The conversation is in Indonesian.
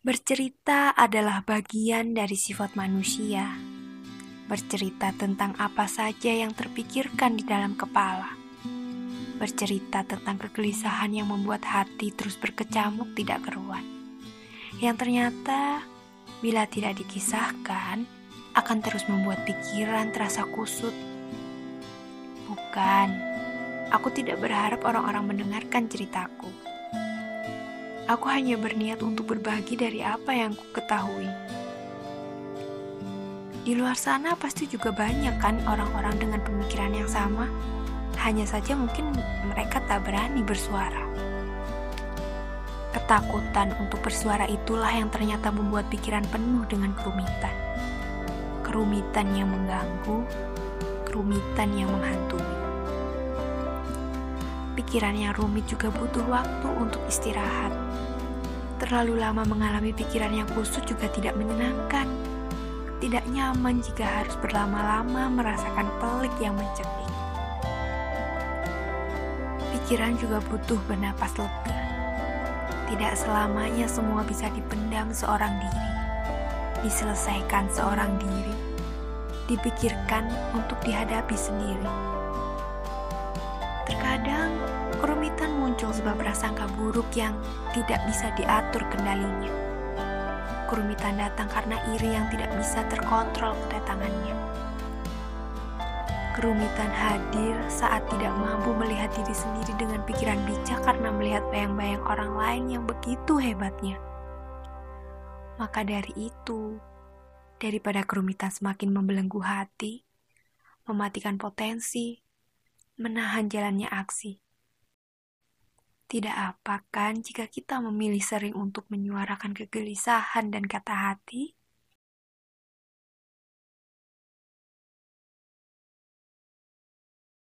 Bercerita adalah bagian dari sifat manusia. Bercerita tentang apa saja yang terpikirkan di dalam kepala. Bercerita tentang kegelisahan yang membuat hati terus berkecamuk tidak keruan. Yang ternyata, bila tidak dikisahkan, akan terus membuat pikiran terasa kusut. Bukan, aku tidak berharap orang-orang mendengarkan ceritaku. Aku hanya berniat untuk berbagi dari apa yang ku ketahui. Di luar sana pasti juga banyak kan orang-orang dengan pemikiran yang sama. Hanya saja mungkin mereka tak berani bersuara. Ketakutan untuk bersuara itulah yang ternyata membuat pikiran penuh dengan kerumitan. Kerumitan yang mengganggu, kerumitan yang menghantui. Pikiran yang rumit juga butuh waktu untuk istirahat. Terlalu lama mengalami pikiran yang kusut juga tidak menyenangkan. Tidak nyaman jika harus berlama-lama merasakan pelik yang mencekik. Pikiran juga butuh bernapas lega. Tidak selamanya semua bisa dipendam seorang diri, diselesaikan seorang diri, dipikirkan untuk dihadapi sendiri. Terkadang kerumitan muncul sebab prasangka buruk yang tidak bisa diatur kendalinya. Kerumitan datang karena iri yang tidak bisa terkontrol kedatangannya. Kerumitan hadir saat tidak mampu melihat diri sendiri dengan pikiran bijak karena melihat bayang-bayang orang lain yang begitu hebatnya. Maka dari itu, daripada kerumitan semakin membelenggu hati, mematikan potensi, menahan jalannya aksi. Tidak apa kan jika kita memilih sering untuk menyuarakan kegelisahan dan kata hati?